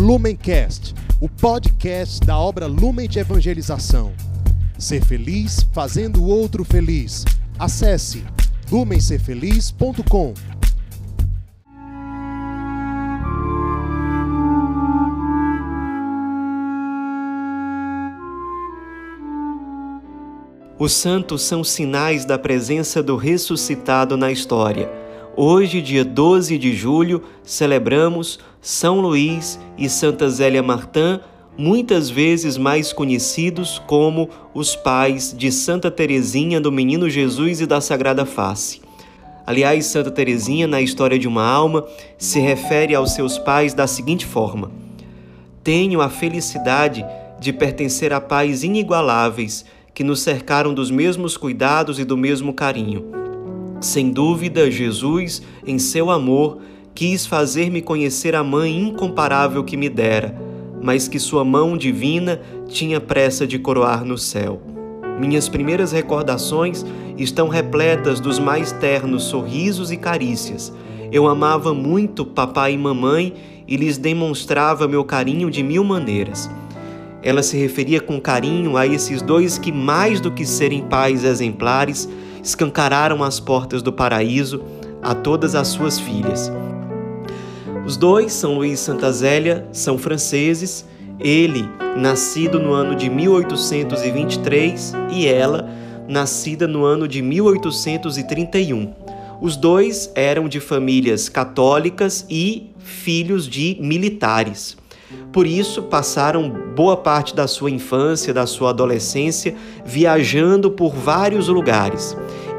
Lumencast, o podcast da obra Lumen de Evangelização. Ser feliz fazendo o outro feliz. Acesse lumencerfeliz.com. Os santos são sinais da presença do ressuscitado na história. Hoje, dia 12 de julho, celebramos São Luís e Santa Zélia Martin, muitas vezes mais conhecidos como os pais de Santa Teresinha do Menino Jesus e da Sagrada Face. Aliás, Santa Teresinha, na História de uma Alma, se refere aos seus pais da seguinte forma: tenho a felicidade de pertencer a pais inigualáveis que nos cercaram dos mesmos cuidados e do mesmo carinho. Sem dúvida, Jesus, em seu amor, quis fazer-me conhecer a mãe incomparável que me dera, mas que sua mão divina tinha pressa de coroar no céu. Minhas primeiras recordações estão repletas dos mais ternos sorrisos e carícias. Eu amava muito papai e mamãe e lhes demonstrava meu carinho de mil maneiras. Ela se referia com carinho a esses dois que, mais do que serem pais exemplares, escancararam as portas do paraíso a todas as suas filhas. Os dois, São Luís e Santa Zélia, são franceses, ele nascido no ano de 1823 e ela nascida no ano de 1831. Os dois eram de famílias católicas e filhos de militares. Por isso, passaram boa parte da sua infância, da sua adolescência, viajando por vários lugares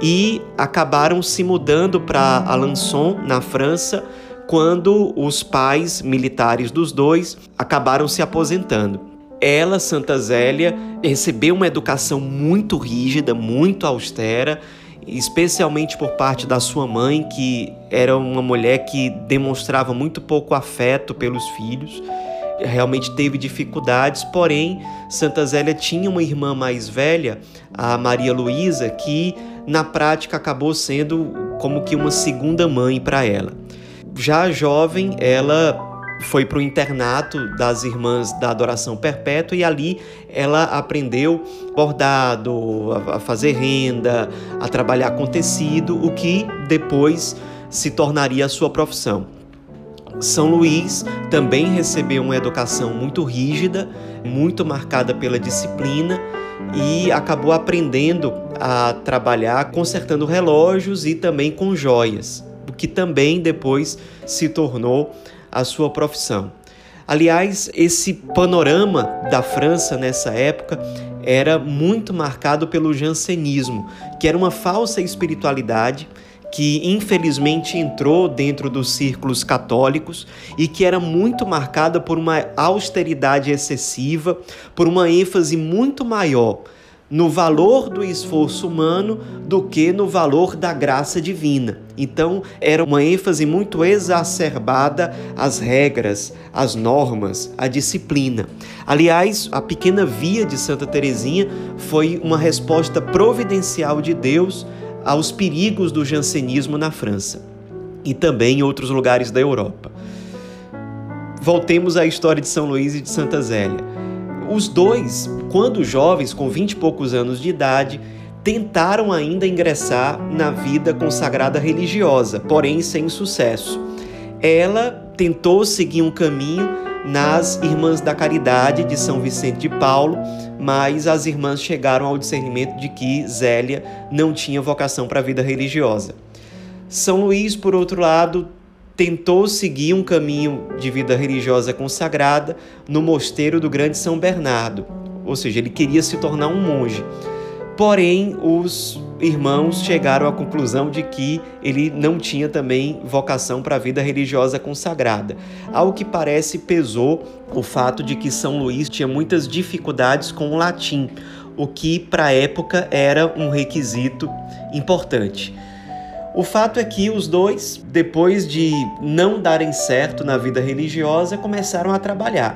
e acabaram se mudando para Alençon, na França, quando os pais militares dos dois acabaram se aposentando. Ela, Santa Zélia, recebeu uma educação muito rígida, muito austera, especialmente por parte da sua mãe, que era uma mulher que demonstrava muito pouco afeto pelos filhos. Realmente teve dificuldades, porém Santa Zélia tinha uma irmã mais velha, a Maria Luísa, que na prática acabou sendo como que uma segunda mãe para ela. Já jovem, ela foi para o internato das Irmãs da Adoração Perpétua e ali ela aprendeu bordado, a fazer renda, a trabalhar com tecido, o que depois se tornaria a sua profissão. São Luís também recebeu uma educação muito rígida, muito marcada pela disciplina e acabou aprendendo a trabalhar consertando relógios e também com joias, o que também depois se tornou a sua profissão. Aliás, esse panorama da França nessa época era muito marcado pelo jansenismo, que era uma falsa espiritualidade que infelizmente entrou dentro dos círculos católicos e que era muito marcada por uma austeridade excessiva, por uma ênfase muito maior no valor do esforço humano do que no valor da graça divina. Então, era uma ênfase muito exacerbada às regras, às normas, à disciplina. Aliás, a pequena via de Santa Teresinha foi uma resposta providencial de Deus aos perigos do jansenismo na França e também em outros lugares da Europa. Voltemos à história de São Luís e de Santa Zélia. Os dois, quando jovens, com 20 e poucos anos de idade, tentaram ainda ingressar na vida consagrada religiosa, porém sem sucesso. Ela tentou seguir um caminho nas Irmãs da Caridade de São Vicente de Paulo, mas as irmãs chegaram ao discernimento de que Zélia não tinha vocação para a vida religiosa. São Luís, por outro lado, tentou seguir um caminho de vida religiosa consagrada no mosteiro do Grande São Bernardo, ou seja, ele queria se tornar um monge. Porém, os irmãos chegaram à conclusão de que ele não tinha também vocação para a vida religiosa consagrada. Ao que parece, pesou o fato de que São Luís tinha muitas dificuldades com o latim, o que para a época era um requisito importante. O fato é que os dois, depois de não darem certo na vida religiosa, começaram a trabalhar.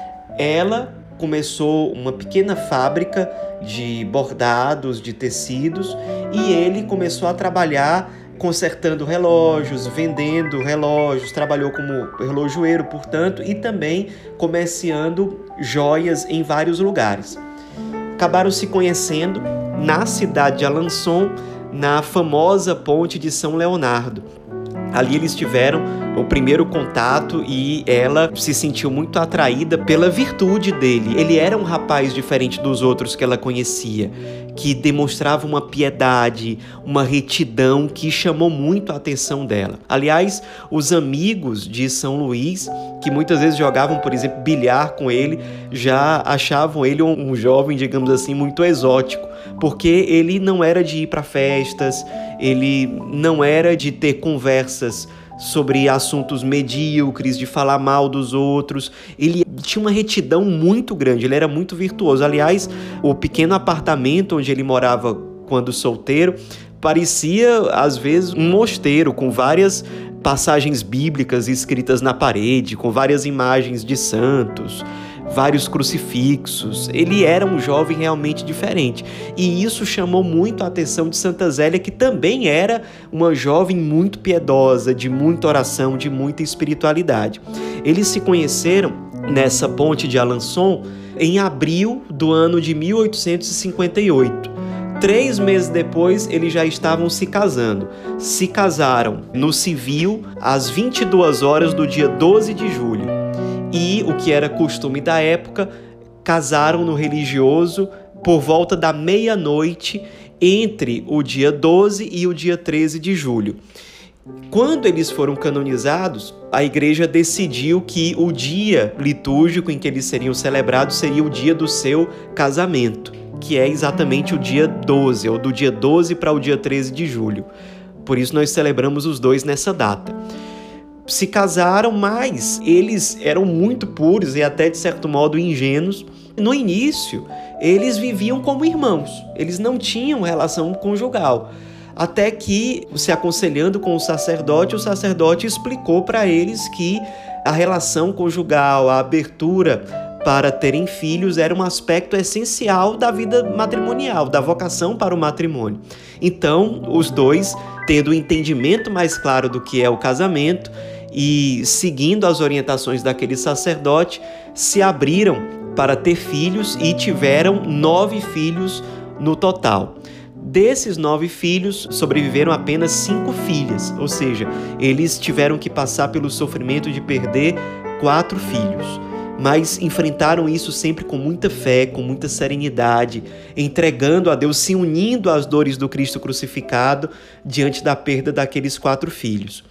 Ela começou uma pequena fábrica de bordados, de tecidos, e ele começou a trabalhar consertando relógios, vendendo relógios, trabalhou como relojoeiro, portanto, e também comerciando joias em vários lugares. Acabaram se conhecendo na cidade de Alençon, na famosa ponte de São Leonardo. Ali eles tiveram o primeiro contato e ela se sentiu muito atraída pela virtude dele. Ele era um rapaz diferente dos outros que ela conhecia, que demonstrava uma piedade, uma retidão que chamou muito a atenção dela. Aliás, os amigos de São Luís, que muitas vezes jogavam, por exemplo, bilhar com ele, já achavam ele um jovem, digamos assim, muito exótico, porque ele não era de ir para festas, ele não era de ter conversas sobre assuntos medíocres, de falar mal dos outros. Ele tinha uma retidão muito grande, ele era muito virtuoso. Aliás, o pequeno apartamento onde ele morava quando solteiro parecia, às vezes, um mosteiro com várias passagens bíblicas escritas na parede, com várias imagens de santos, vários crucifixos. Ele era um jovem realmente diferente. E isso chamou muito a atenção de Santa Zélia, que também era uma jovem muito piedosa, de muita oração, de muita espiritualidade. Eles se conheceram nessa ponte de Alençon em abril do ano de 1858. 3 meses depois, eles já estavam se casando. Se casaram no civil às 22 horas do dia 12 de julho. E, o que era costume da época, casaram no religioso por volta da meia-noite entre o dia 12 e o dia 13 de julho. Quando eles foram canonizados, a igreja decidiu que o dia litúrgico em que eles seriam celebrados seria o dia do seu casamento, que é exatamente o dia 12, ou do dia 12 para o dia 13 de julho. Por isso nós celebramos os dois nessa data. Se casaram, mas eles eram muito puros e até de certo modo ingênuos. No início, eles viviam como irmãos, eles não tinham relação conjugal. Até que, se aconselhando com o sacerdote explicou para eles que a relação conjugal, a abertura para terem filhos era um aspecto essencial da vida matrimonial, da vocação para o matrimônio. Então, os dois, tendo um entendimento mais claro do que é o casamento e seguindo as orientações daquele sacerdote, se abriram para ter filhos e tiveram 9 filhos no total. Desses 9 filhos, sobreviveram apenas 5 filhas, ou seja, eles tiveram que passar pelo sofrimento de perder 4 filhos. Mas enfrentaram isso sempre com muita fé, com muita serenidade, entregando a Deus, se unindo às dores do Cristo crucificado diante da perda daqueles 4 filhos.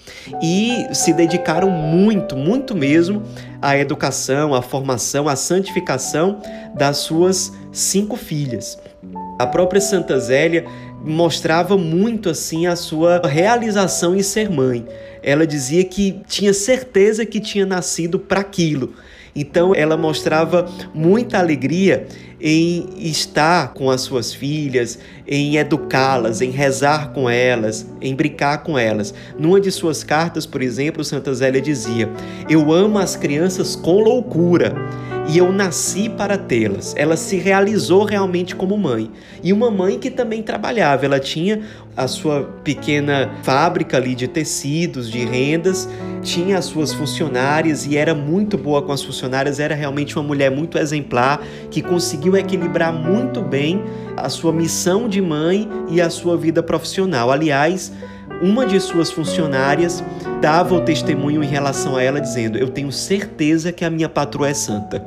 E se dedicaram muito, muito mesmo à educação, à formação, à santificação das suas 5 filhas. A própria Santa Zélia mostrava muito assim a sua realização em ser mãe. Ela dizia que tinha certeza que tinha nascido para aquilo. Então ela mostrava muita alegria em estar com as suas filhas, em educá-las, em rezar com elas, em brincar com elas. Numa de suas cartas, por exemplo, Santa Zélia dizia: "Eu amo as crianças com loucura e eu nasci para tê-las." Ela se realizou realmente como mãe. E uma mãe que também trabalhava. Ela tinha a sua pequena fábrica ali de tecidos, de rendas, tinha as suas funcionárias e era muito boa com as funcionárias. Era realmente uma mulher muito exemplar, que conseguiu equilibrar muito bem a sua missão de mãe e a sua vida profissional. Aliás, uma de suas funcionárias dava o testemunho em relação a ela, dizendo: "Eu tenho certeza que a minha patroa é santa."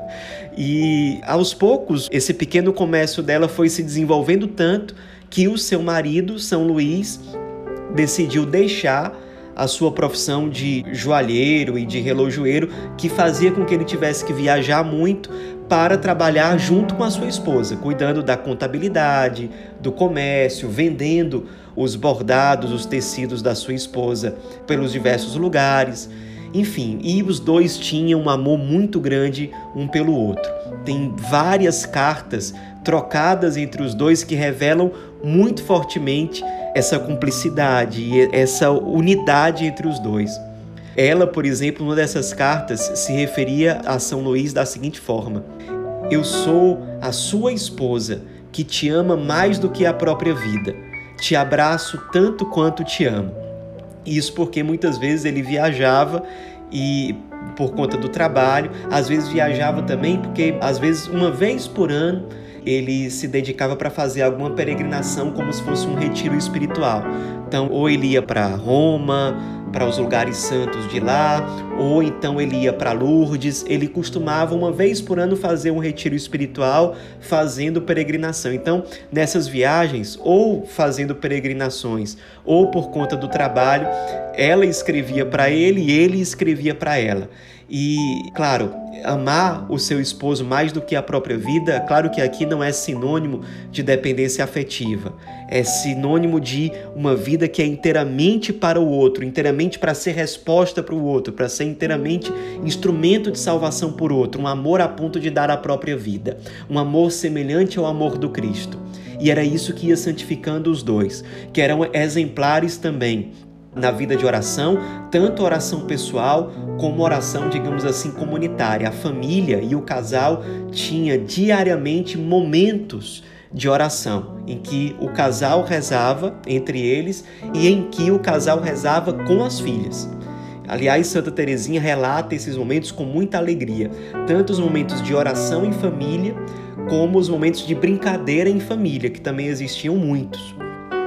E aos poucos, esse pequeno comércio dela foi se desenvolvendo tanto que o seu marido, São Luís, decidiu deixar a sua profissão de joalheiro e de relojoeiro, que fazia com que ele tivesse que viajar muito, para trabalhar junto com a sua esposa, cuidando da contabilidade, do comércio, vendendo os bordados, os tecidos da sua esposa pelos diversos lugares. Enfim, e os dois tinham um amor muito grande um pelo outro. Tem várias cartas trocadas entre os dois que revelam muito fortemente essa cumplicidade e essa unidade entre os dois. Ela, por exemplo, numa dessas cartas se referia a São Luís da seguinte forma: "Eu sou a sua esposa, que te ama mais do que a própria vida. Te abraço tanto quanto te amo." Isso porque muitas vezes ele viajava e por conta do trabalho, às vezes viajava também porque às vezes uma vez por ano ele se dedicava para fazer alguma peregrinação como se fosse um retiro espiritual. Então, ou ele ia para Roma, para os lugares santos de lá, ou então ele ia para Lourdes. Ele costumava uma vez por ano fazer um retiro espiritual fazendo peregrinação. Então, nessas viagens, ou fazendo peregrinações, ou por conta do trabalho, ela escrevia para ele e ele escrevia para ela. E, claro, amar o seu esposo mais do que a própria vida, claro que aqui não é sinônimo de dependência afetiva, é sinônimo de uma vida que é inteiramente para o outro, inteiramente para ser resposta para o outro, para ser inteiramente instrumento de salvação por outro, um amor a ponto de dar a própria vida, um amor semelhante ao amor do Cristo. E era isso que ia santificando os dois, que eram exemplares também na vida de oração, tanto oração pessoal como oração, digamos assim, comunitária. A família e o casal tinha diariamente momentos de oração, em que o casal rezava entre eles e em que o casal rezava com as filhas. Aliás, Santa Teresinha relata esses momentos com muita alegria, tanto os momentos de oração em família, como os momentos de brincadeira em família, que também existiam muitos.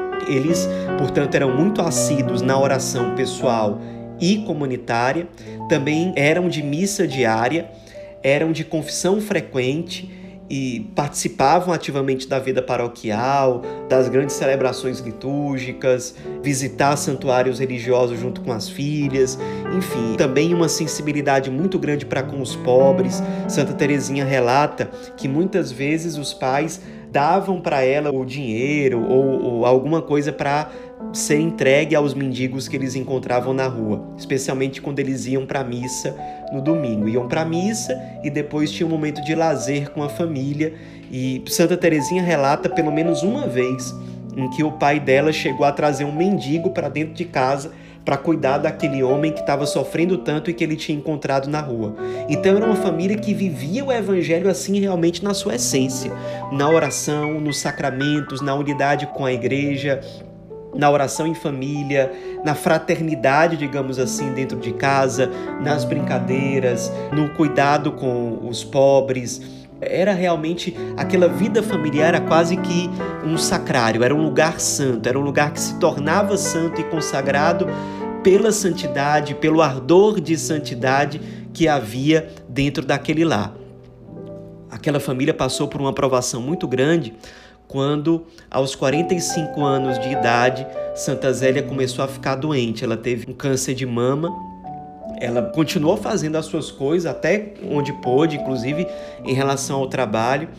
Eles, portanto, eram muito assíduos na oração pessoal e comunitária, também eram de missa diária, eram de confissão frequente e participavam ativamente da vida paroquial, das grandes celebrações litúrgicas, visitar santuários religiosos junto com as filhas, enfim, também uma sensibilidade muito grande para com os pobres. Santa Teresinha relata que muitas vezes os pais davam para ela o dinheiro ou alguma coisa para ser entregue aos mendigos que eles encontravam na rua, especialmente quando eles iam para a missa no domingo. Iam para a missa e depois tinha um momento de lazer com a família. E Santa Teresinha relata pelo menos uma vez em que o pai dela chegou a trazer um mendigo para dentro de casa para cuidar daquele homem que estava sofrendo tanto e que ele tinha encontrado na rua. Então era uma família que vivia o evangelho assim realmente na sua essência, na oração, nos sacramentos, na unidade com a igreja, na oração em família, na fraternidade, digamos assim, dentro de casa, nas brincadeiras, no cuidado com os pobres. Era realmente, aquela vida familiar era quase que um sacrário, era um lugar santo, era um lugar que se tornava santo e consagrado pela santidade, pelo ardor de santidade que havia dentro daquele lar. Aquela família passou por uma provação muito grande quando, aos 45 anos de idade, Santa Zélia começou a ficar doente. Ela teve um câncer de mama. Ela continuou fazendo as suas coisas até onde pôde, inclusive em relação ao trabalho.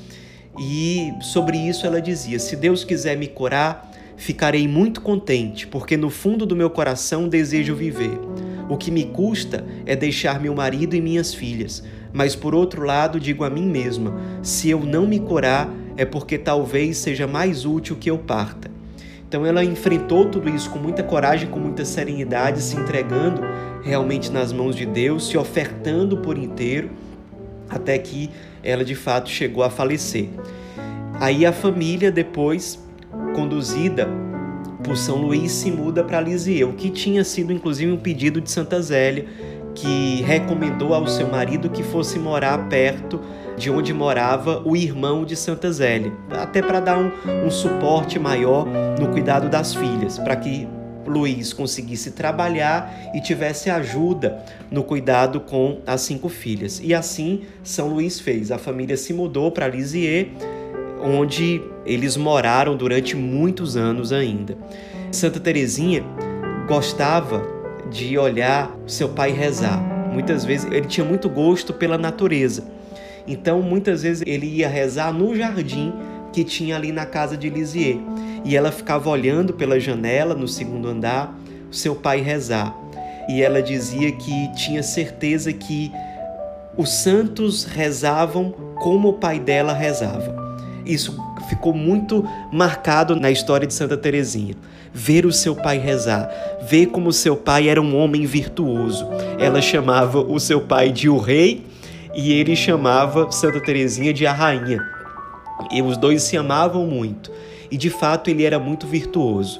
E sobre isso ela dizia: se Deus quiser me curar, ficarei muito contente, porque no fundo do meu coração desejo viver. O que me custa é deixar meu marido e minhas filhas. Mas por outro lado digo a mim mesma: se eu não me curar, é porque talvez seja mais útil que eu parta. Então ela enfrentou tudo isso com muita coragem, com muita serenidade, se entregando realmente nas mãos de Deus, se ofertando por inteiro, até que ela de fato chegou a falecer. Aí a família, depois, conduzida por São Luís, se muda para Lisieux, que tinha sido inclusive um pedido de Santa Zélia, que recomendou ao seu marido que fosse morar perto de onde morava o irmão de Santa Zélia, até para dar um suporte maior no cuidado das filhas, para que Luís conseguisse trabalhar e tivesse ajuda no cuidado com as 5 filhas. E assim São Luís fez. A família se mudou para Lisieux, onde eles moraram durante muitos anos ainda. Santa Teresinha gostava de olhar seu pai rezar. Muitas vezes ele tinha muito gosto pela natureza. Então, muitas vezes ele ia rezar no jardim que tinha ali na casa de Lisieux. E ela ficava olhando pela janela, no 2º andar, o seu pai rezar. E ela dizia que tinha certeza que os santos rezavam como o pai dela rezava. Isso ficou muito marcado na história de Santa Teresinha. Ver o seu pai rezar, ver como o seu pai era um homem virtuoso. Ela chamava o seu pai de o rei e ele chamava Santa Teresinha de a rainha. E os dois se amavam muito. E de fato ele era muito virtuoso.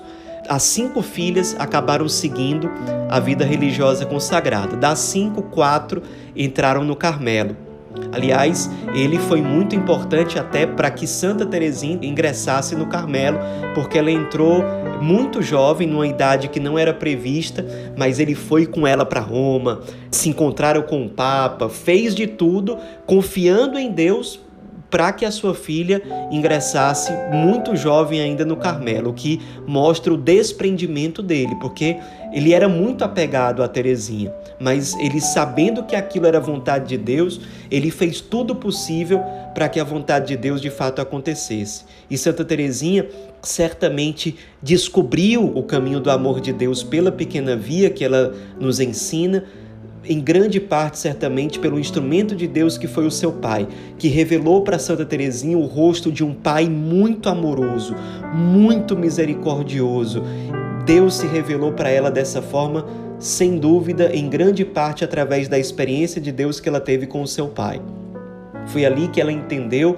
as 5 filhas acabaram seguindo a vida religiosa consagrada. Das 5, 4 entraram no Carmelo. Aliás, ele foi muito importante até para que Santa Teresinha ingressasse no Carmelo, porque ela entrou muito jovem, numa idade que não era prevista, mas ele foi com ela para Roma, se encontraram com o Papa, fez de tudo, confiando em Deus para que a sua filha ingressasse muito jovem ainda no Carmelo, o que mostra o desprendimento dele, porque ele era muito apegado a Teresinha, mas ele, sabendo que aquilo era vontade de Deus, ele fez tudo possível para que a vontade de Deus de fato acontecesse. E Santa Teresinha certamente descobriu o caminho do amor de Deus pela pequena via que ela nos ensina, em grande parte, certamente, pelo instrumento de Deus que foi o seu pai, que revelou para Santa Teresinha o rosto de um pai muito amoroso, muito misericordioso. Deus se revelou para ela dessa forma, sem dúvida, em grande parte através da experiência de Deus que ela teve com o seu pai. Foi ali que ela entendeu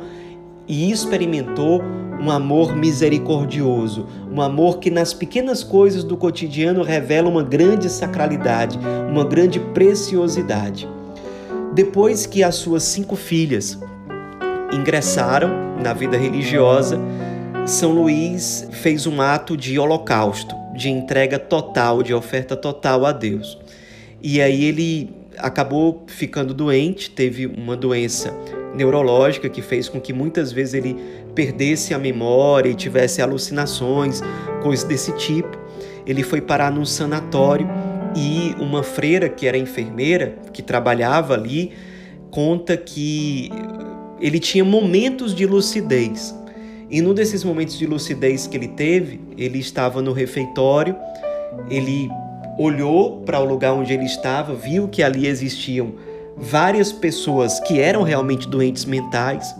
e experimentou um amor misericordioso, um amor que nas pequenas coisas do cotidiano revela uma grande sacralidade, uma grande preciosidade. Depois que as suas 5 filhas ingressaram na vida religiosa, São Luís fez um ato de holocausto, de entrega total, de oferta total a Deus. E aí ele acabou ficando doente, teve uma doença neurológica que fez com que muitas vezes ele perdesse a memória e tivesse alucinações, coisas desse tipo. Ele foi parar num sanatório e uma freira que era enfermeira, que trabalhava ali, conta que ele tinha momentos de lucidez. E num desses momentos de lucidez que ele teve, ele estava no refeitório, ele olhou para o lugar onde ele estava, viu que ali existiam várias pessoas que eram realmente doentes mentais.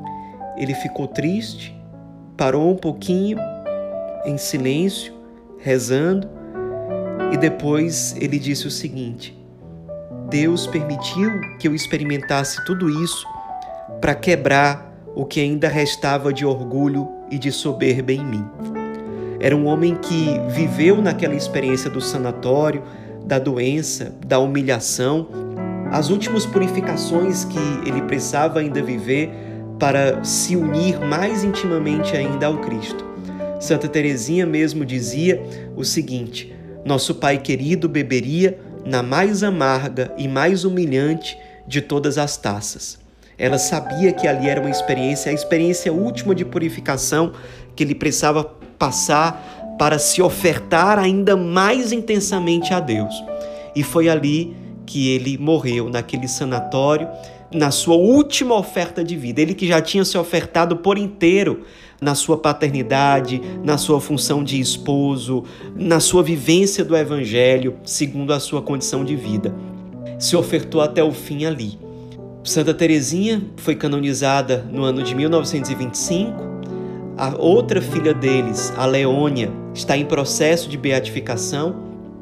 Ele ficou triste, parou um pouquinho, em silêncio, rezando, e depois ele disse o seguinte: Deus permitiu que eu experimentasse tudo isso para quebrar o que ainda restava de orgulho e de soberba em mim. Era um homem que viveu naquela experiência do sanatório, da doença, da humilhação, as últimas purificações que ele precisava ainda viver para se unir mais intimamente ainda ao Cristo. Santa Teresinha mesmo dizia o seguinte: nosso Pai querido beberia na mais amarga e mais humilhante de todas as taças. Ela sabia que ali era uma experiência, a experiência última de purificação que ele precisava passar para se ofertar ainda mais intensamente a Deus. E foi ali que ele morreu, naquele sanatório, na sua última oferta de vida. Ele que já tinha se ofertado por inteiro na sua paternidade, na sua função de esposo, na sua vivência do Evangelho, segundo a sua condição de vida. Se ofertou até o fim ali. Santa Teresinha foi canonizada no ano de 1925. A outra filha deles, a Leônia, está em processo de beatificação.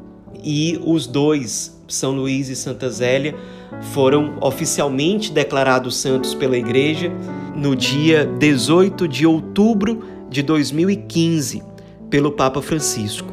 E os dois, São Luís e Santa Zélia, foram oficialmente declarados santos pela Igreja no dia 18 de outubro de 2015, pelo Papa Francisco.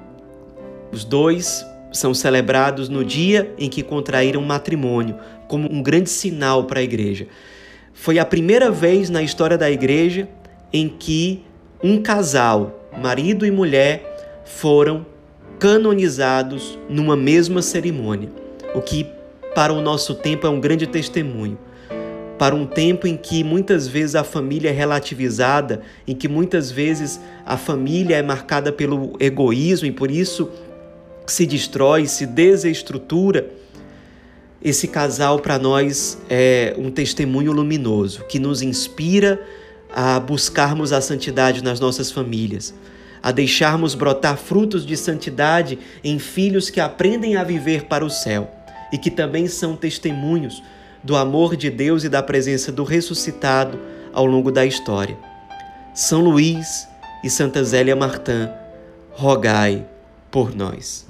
Os dois são celebrados no dia em que contraíram matrimônio, como um grande sinal para a Igreja. Foi a primeira vez na história da Igreja em que um casal, marido e mulher, foram canonizados numa mesma cerimônia, o que para o nosso tempo é um grande testemunho. Para um tempo em que muitas vezes a família é relativizada, em que muitas vezes a família é marcada pelo egoísmo e por isso se destrói, se desestrutura, esse casal para nós é um testemunho luminoso que nos inspira a buscarmos a santidade nas nossas famílias, a deixarmos brotar frutos de santidade em filhos que aprendem a viver para o céu e que também são testemunhos do amor de Deus e da presença do ressuscitado ao longo da história. São Luís e Santa Zélia Martã, rogai por nós.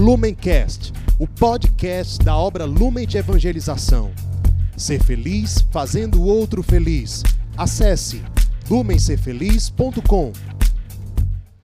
Lumencast, o podcast da obra Lumen de Evangelização. Ser feliz fazendo o outro feliz. Acesse lumencerfeliz.com.